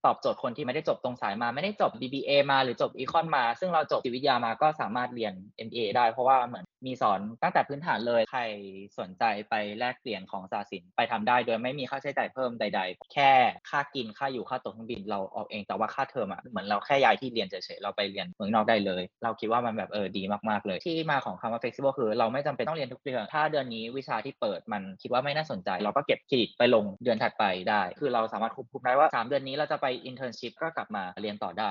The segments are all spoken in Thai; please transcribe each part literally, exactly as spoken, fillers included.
ตอบโจทย์คนที่ไม่ได้จบตรงสายมาไม่ได้จบ บี บี เอ มาหรือจบ Econ มาซึ่งเราจบจิตวิทยามาก็สามารถเรียน เอ็ม บี เอ ได้เพราะว่าเหมือนมีสอนตั้งแต่พื้นฐานเลยใครสนใจไปแลกเปลี่ยนของสารสินไปทำได้โดยไม่มีค่าใช้จ่ายเพิ่มใดๆแค่ค่ากินค่าอยู่ค่าตั๋วเครื่องบินเราออกเองแต่ว่าค่าเทอมอะเหมือนเราแค่ย้ายที่เรียนเฉยๆเราไปเรียนเมืองนอกได้เลยเราคิดว่ามันแบบเออดีมากๆเลยที่มาของคำว่า flexible คือเราไม่จำเป็นต้องเรียนทุกเดือนถ้าเดือนนี้วิชาที่เปิดมันคิดว่าไม่น่าสนใจเราก็เก็บเครดิตไปลงเดือนถัดไปได้คือเราสามารถควบคุมได้ว่าสามเดือนนี้เราจะไป internship ก็กลับมาเรียนต่อได้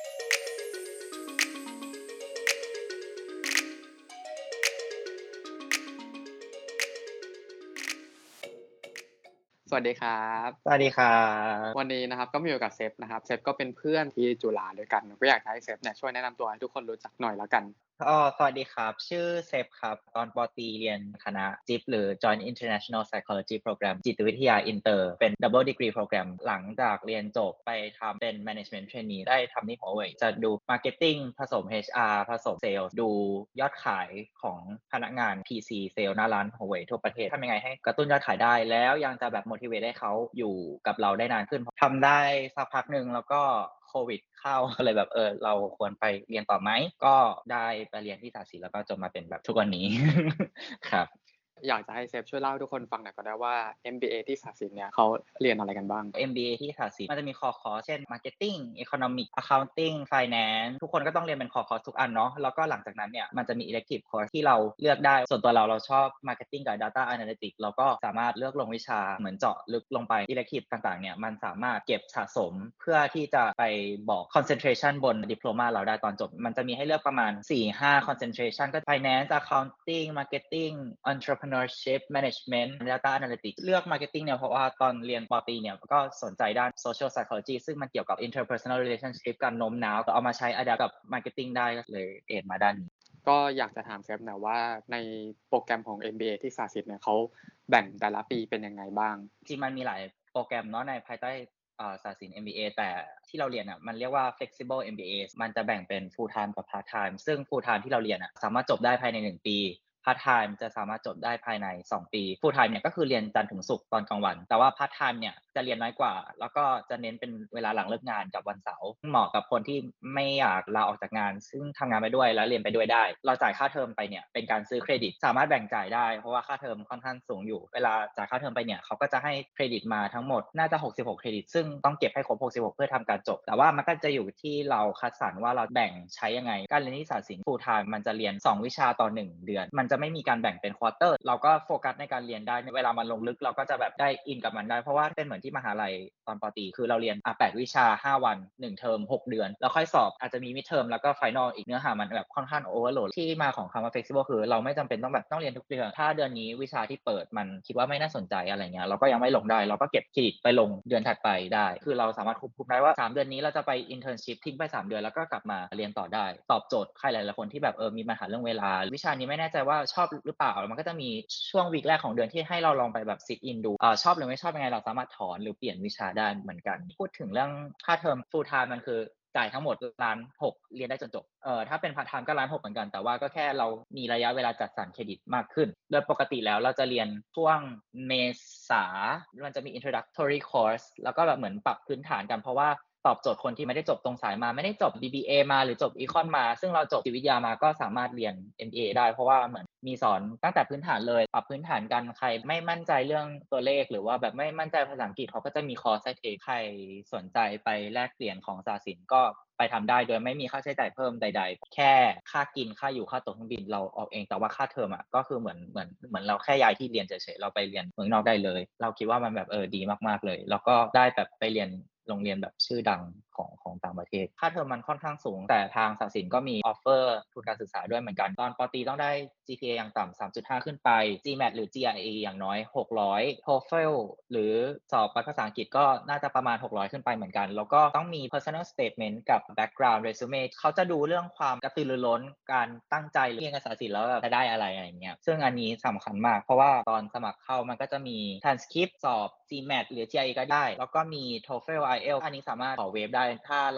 สวัสดีครับสวัสดีครับวันนี้นะครับก็มาอยู่กับเซฟนะครับเซฟก็เป็นเพื่อนที่จุฬาด้วยกันก็อยากจะให้เซฟเนี่ยช่วยแนะนำตัวให้ทุกคนรู้จักหน่อยแล้วกันก็สวัสดีครับชื่อเซฟครับตอนปอตรีเรียนคณะจิปหรือ Joint International Psychology Program จิตวิทยาอินเตอร์เป็น Double Degree Program หลังจากเรียนจบไปทำเป็น Management Trainee ได้ทำที่ Huawei จะดู Marketing ผสม เอช อาร์ ผสม Sales ดูยอดขายของพนักงาน พี ซี Sales หน้าร้าน Huawei ทั่วประเทศทำยังไงให้กระตุ้นยอดขายได้แล้วยังจะแบบ motivate ให้เขาอยู่กับเราได้นานขึ้นทำได้สักพักหนึ่งแล้วก็โควิดเข้าก็เลยแบบเออเราควรไปเรียนต่อไหมก็ได้ไปเรียนที่สาสินแล้วก็จนมาเป็นแบบทุกวันนี้ครับอยากจะให้เซฟช่วยเล่าให้ทุกคนฟังหน่อยก็ได้ว่า เอ็ม บี เอ ที่สาสินเนี่ยเขาเรียนอะไรกันบ้างเอ็ม บี เอ ที่สาสินมันจะมีคอร์คอร์สเช่น Marketing Economics Accounting Finance ทุกคนก็ต้องเรียนเป็นคอร์คอร์สทุกอันเนาะแล้วก็หลังจากนั้นเนี่ยมันจะมี elective course ที่เราเลือกได้ส่วนตัวเราเราชอบ Marketing กับ Data Analytics เราก็สามารถเลือกลงวิชาเหมือนเจาะลึกลงไป elective ต่างๆเนี่ยมันสามารถเก็บสะสมเพื่อที่จะไปบอก concentration บน diploma เราได้ตอนจบมันจะมีให้เลือกประมาณ สี่ห้า concentration ก็ Finance Accounting Marketing Entrepreneurship Management Data Analytics เลือก Marketing เนี่ยเพราะว่าตอนเรียนปอตรีเนี่ยก็สนใจด้าน social psychology ซึ่งมันเกี่ยวกับ interpersonal relationship การโน้มน้าวแต่เอามาใช้ adapt กับ marketing ได้ก็เลยเอนมาด้านนี้ก็อยากจะถามเซฟหน่อยว่าในโปรแกรมของ เอ็ม บี เอ ที่สาสินเนี่ยเขาแบ่งแต่ละปีเป็นยังไงบ้างจริงมันมีหลายโปรแกรมเนาะในภายใต้อ่าสายศิลป์ เอ็ม บี เอ แต่ที่เราเรียนอ่ะมันเรียกว่า flexible เอ็ม บี เอ มันจะแบ่งเป็น full time กับ part time ซึ่ง full time ที่เราเรียนอ่ะสามารถจบได้ภายในหนึ่งปี part time จะสามารถจบได้ภายในสองปี full time เนี่ยก็คือเรียนจันทร์ถึงศุกร์ตอนกลางวันแต่ว่า part time เนี่ยจะเรียนน้อยกว่าแล้วก็จะเน้นเป็นเวลาหลังเลิกงานกับวันเสาร์เหมาะกับคนที่ไม่อยากลาออกจากงานซึ่งทำงานไปด้วยแล้วเรียนไปด้วยได้เราจ่ายค่าเทอมไปเนี่ยเป็นการซื้อเครดิตสามารถแบ่งจ่ายได้เพราะว่าค่าเทอมค่อนข้างสูงอยู่เวลาจ่ายค่าเทอมไปเนี่ยเขาก็จะให้เครดิตมาทั้งหมดน่าจะหกสิบหกเครดิตซึ่งต้องเก็บให้ครบหกสิบหกเพื่อทำการจบแต่ว่ามันก็จะอยู่ที่เราคัดสรรว่าเราแบ่งใช้ยังไงการเรียนที่สายศิลป์ full time มันจะเรียนสองวิชาต่อหนึ่งเดือนมันจะไม่มีการแบ่งเป็นควอเตอร์เราก็โฟกัสในการเรียนได้เวลามันลงลึกเราก็จะแบบได้อินกับมันได้เพราะว่าเป็นเหมือนที่มหาลัยตอนปตรีคือเราเรียนอ่ะแปดวิชาห้าวันหนึ่งเทอมหกเดือนแล้วค่อยสอบอาจจะมีมิดเทอมแล้วก็ไฟนอลอีกเนื้อหามันแบบค่อนข้างโอเวอร์โหลดที่มาของคำว่า flexible คือเราไม่จำเป็นต้องแบบต้องเรียนทุกเดือนถ้าเดือนนี้วิชาที่เปิดมันคิดว่าไม่น่าสนใจอะไรเงี้ยเราก็ยังไม่ลงได้เราก็เก็บเครดิตไปลงเดือนถัดไปได้คือเราสามารถควบคุมได้ว่าสามเดือนนี้เราจะไป internship ทิ้งไปสามเดือนแล้วก็กลับมาเรียนต่อได้ตอบโจทย์ใครหลายๆคนที่แบบเออมีปัญหาเรื่องเวลาวิชานี้ไม่แน่ใจว่าชอบหรือเปล่ามันก็จะมีช่วงวีคแรกของเดือนที่ให้เราลองไปแบบ sit in ดูอ่าชอบหรือไม่ชอบยังไงเราสามารถถอนหรือเปลี่ยนวิชาได้เหมือนกันพูดถึงเรื่องค่าเทอม full time มันคือจ่ายทั้งหมดล้านหกเรียนได้จนจบเอ่อถ้าเป็น part time ก็ล้านหกเหมือนกันแต่ว่าก็แค่เรามีระยะเวลาจัดสรรเครดิตมากขึ้นโดยปกติแล้วเราจะเรียนช่วงเมษามันจะมี introductory course แล้วก็แบบเหมือนปรับพื้นฐานกันเพราะว่าตอบโจทย์คนที่ไม่ได้จบตรงสายมาไม่ได้จบ บี บี เอ มาหรือจบ Econ มาซึ่งเราจบจิตวิทยามาก็สามารถเรียน เอ็ม บี เอ ได้เพราะว่าเหมือนมีสอนตั้งแต่พื้นฐานเลยปรับพื้นฐานกันใครไม่มั่นใจเรื่องตัวเลขหรือว่าแบบไม่มั่นใจภาษาอังกฤษเขาก็จะมีคอร์สให้เทคใครสนใจไปแลกเปลี่ยนของสารสินก็ไปทำได้โดยไม่มีค่าใช้จ่ายเพิ่มใดๆแค่ค่ากินค่าอยู่ค่าตั๋วเครื่องบินเราออกเองแต่ว่าค่าเทอมอะก็คือเหมือนเหมือนเหมือนเราแค่ย้ายที่เรียนเฉยๆเราไปเรียนเมืองนอกได้เลยเราคิดว่ามันแบบเออดีมากๆเลยแล้วก็ได้แบบไปเรียนโรงเรียนแบบชื่อดังของของต่างประเทศค่าเทอมมันค่อนข้างสูงแต่ทางสารสินก็มีออฟเฟอร์ทุนการศึกษาด้วยเหมือนกันตอนปตรีต้องได้ จี พี เอ อย่างต่ำ สามจุดห้า ขึ้นไป จี แมท หรือ จี อาร์ อี อย่างน้อยหกร้อย TOEFL หรือสอบวัดภาษาอังกฤษก็น่าจะประมาณหกร้อยขึ้นไปเหมือนกันแล้วก็ต้องมี personal statement กับ background resume เขาจะดูเรื่องความกระตือรือร้นการตั้งใจเรียนภาษาศิลป์แล้วแบบจะได้อะไรอะไรอย่างเงี้ยซึ่งอันนี้สำคัญมากเพราะว่าตอนสมัครเข้ามันก็จะมี transcript สอบ จี แมท หรือ จี อาร์ อี ก็ได้แล้วก็มี TOEFL ไอ อี แอล ที อันนี้สามารถขอเวฟได้ถ้าเรา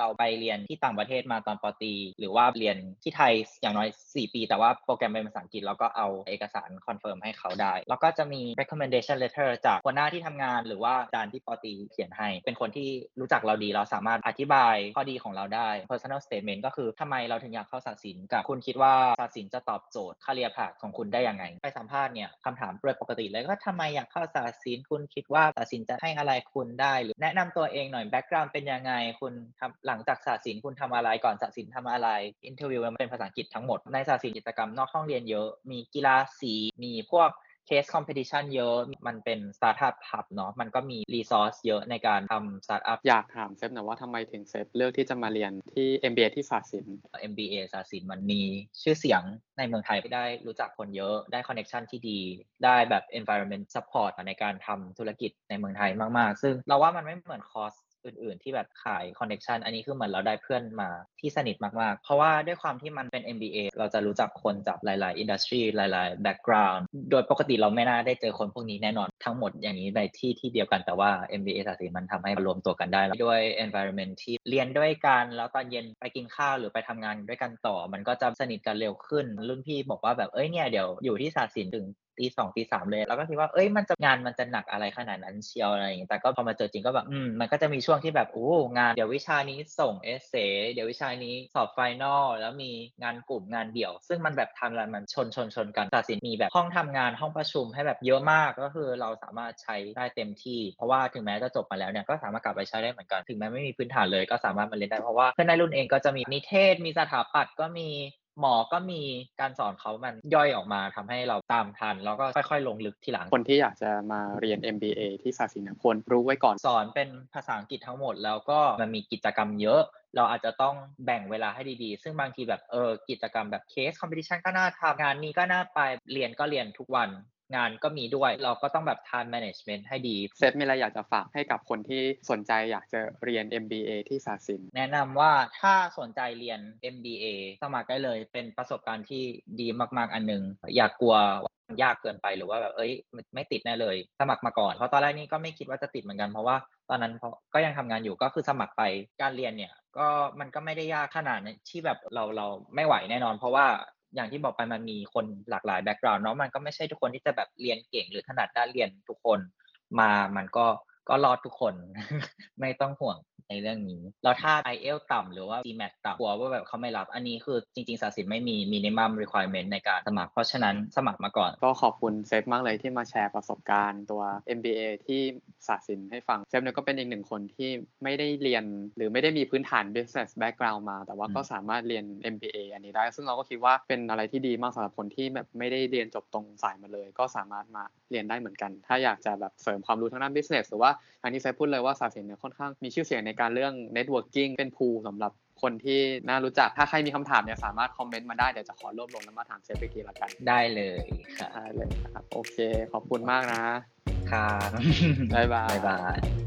เราไปเรียนที่ต่างประเทศมาตอนปตรีหรือว่าเรียนที่ไทยอย่างน้อยสี่ปีแต่ว่าโปรแกรมเป็นภาษาอังกฤษเราก็เอาเอกสารคอนเฟิร์มให้เขาได้แล้วก็จะมี recommendation letter จากหัวหน้าที่ทำงานหรือว่าอาจารย์ที่ปตรีเขียนให้เป็นคนที่รู้จักเราดีเราสามารถอธิบายข้อดีของเราได้ personal statement ก็คือทำไมเราถึงอยากเข้าศาสตร์ศิลป์กับคุณคิดว่าศาสตร์ศิลป์จะตอบโจทย์ career path ของคุณได้ยังไงไปสัมภาษณ์เนี่ยคำถามโดยปกติเลยก็ทำไมอยากเข้าศาสตร์ศิลป์คุณคิดว่าศาสตร์ศิลป์จะให้อะไรคุณได้หรือแนะนำตัวเองหน่อย background เป็นยังไงคุณทำหลังจากศาสตร์ศิลป์คุณทำอะไรก่อนศาสตร์ศิลป์ทำอะไร interview มันเป็นภาษาอังกฤษทั้งหมดในศาสตร์ศิลป์กิจกรรมนอกห้องเรียนเยอะมีกีฬาสีมีพวกcase competition เยอะมันเป็น startup hub เนาะมันก็มี resource เยอะในการทำ startup อยากถามเซฟหน่อยว่าทำไมถึงเซฟเลือกที่จะมาเรียนที่ เอ็ม บี เอ ที่ศาสตร์ศิลป์เอ็ม บี เอ ศาสตร์ศิลป์มันมีชื่อเสียงในเมืองไทยได้รู้จักคนเยอะได้ connection ที่ดีได้แบบ environment support ในการทำธุรกิจในเมืองไทยมากๆซึ่งเราว่ามันไม่เหมือนคอร์สอื่นๆที่แบบขาย connection อันนี้คือเหมือนเราได้เพื่อนมาที่สนิทมากๆเพราะว่าด้วยความที่มันเป็น เอ็ม บี เอ เราจะรู้จักคนจากหลายๆ industry หลายๆ background โดยปกติเราไม่น่าได้เจอคนพวกนี้แน่นอนทั้งหมดอย่างนี้ในที่ที่เดียวกันแต่ว่า เอ็ม บี เอ ศาสตร์ศิลป์มันทำให้รวมตัวกันได้ด้วย environment ที่เรียนด้วยกันแล้วตอนเย็นไปกินข้าวหรือไปทำงานด้วยกันต่อมันก็จะสนิทกันเร็วขึ้นรุ่นพี่บอกว่าแบบเอ้ยเนี่ยเดี๋ยวอยู่ที่ศาสตร์ศิลป์ถึงตีสองตีสามเลยแล้วก็คิดว่าเอ้ยมันจะงานมันจะหนักอะไรขนาดนั้นเชียวอะไรอย่างงี้แต่ก็พอมาเจอจริงก็แบบอืมมันก็จะมีช่วงที่แบบโอ้งานเดี๋ยววิชานี้ส่งเอสเซเดี๋ยววิชานี้สอบไฟนอลแล้วมีงานกลุ่มงานเดี่ยวซึ่งมันแบบไทม์ไลน์มันชนชนชนกันศาสตร์ศิลป์มีแบบห้องทำงานห้องประชุมให้แบบเยอะมากก็คือเราสามารถใช้ได้เต็มที่เพราะว่าถึงแม้จะจบมาแล้วเนี่ยก็สามารถกลับไปใช้ได้เหมือนกันถึงแม้ไม่มีพื้นฐานเลยก็สามารถมาเรียนได้เพราะว่าเพื่อนในรุ่นเองก็จะมีนิเทศมีสถาปัตย์ก็มีหมอก็มีการสอนเขามันย่อยออกมาทำให้เราตามทันแล้วก็ค่อยๆลงลึกทีหลังคนที่อยากจะมาเรียน เอ็ม บี เอ ที่ศาสตร์ศิลป์เนี่ยควรรู้ไว้ก่อนสอนเป็นภาษาอังกฤษทั้งหมดแล้วก็มันมีกิจกรรมเยอะเราอาจจะต้องแบ่งเวลาให้ดีๆซึ่งบางทีแบบเออกิจกรรมแบบ case competition ก็น่าทำงานนี้ก็น่าไปเรียนก็เรียนทุกวันงานก็มีด้วยเราก็ต้องแบบ time management ให้ดีเซฟมีอะไรอยากจะฝากให้กับคนที่สนใจอยากจะเรียน เอ็ม บี เอ ที่ศาสตร์ศิลป์แนะนำว่าถ้าสนใจเรียน เอ็ม บี เอ สมัครได้เลยเป็นประสบการณ์ที่ดีมากๆอันนึงอย่ากลัวว่ามันยากเกินไปหรือว่าแบบเอ้ยไม่ติดแน่เลยสมัครมาก่อนเพราะตอนแรกนี่ก็ไม่คิดว่าจะติดเหมือนกันเพราะว่าตอนนั้นเพราะก็ยังทำงานอยู่ก็คือสมัครไปการเรียนเนี่ยก็มันก็ไม่ได้ยากขนาดที่แบบเราเราไม่ไหวแน่นอนเพราะว่าอย่างที่บอกไปมันมีคนหลากหลายแบ็กกราวนด์เนาะมันก็ไม่ใช่ทุกคนที่จะแบบเรียนเก่งหรือถนัดด้านเรียนทุกคนมามันก็ก็รอดทุกคน ไม่ต้องห่วงในเรื่องนี้แล้วถ้า ไอ เอล ต่ำหรือว่า จี แมท ต่ำกลัวว่าแบบเขาไม่รับอันนี้คือจริงๆศาสตร์ศิลป์ไม่มี minimum requirement ในการสมัครเพราะฉะนั้นสมัครมาก่อนก็ขอบคุณเซฟมากเลยที่มาแชร์ประสบการณ์ตัว เอ็ม บี เอ ที่ศาสตร์ศิลป์ให้ฟังเซฟเนี่ยก็เป็นอีกหนึ่งคนที่ไม่ได้เรียนหรือไม่ได้มีพื้นฐาน business background มาแต่ว่าก็สามารถเรียน เอ็ม บี เอ อันนี้ได้ซึ่งเราก็คิดว่าเป็นอะไรที่ดีมากสำหรับคนที่แบบไม่ได้เรียนจบตรงสายมาเลยก็สามารถมาเรียนได้เหมือนกันถ้าอยากจะแบบเสริมความรู้ทางด้าน business หรือว่าอย่างที่เซฟพูดเลยว่าศาสตร์ศิลป์เนี่ยค่อนข้างมีชื่อเสียงในการเรื่อง networking เป็น pool สำหรับคนที่น่ารู้จักถ้าใครมีคำถามเนี่ยสามารถคอมเมนต์มาได้เดี๋ยวจะขอรวบรวมแล้วมาถามเซฟอีกทีละกันได้เลยค่ะได้เลยครับโอเคขอบคุณมากนะครับบ๊ายบายบ๊ายบายบ๊ายบาย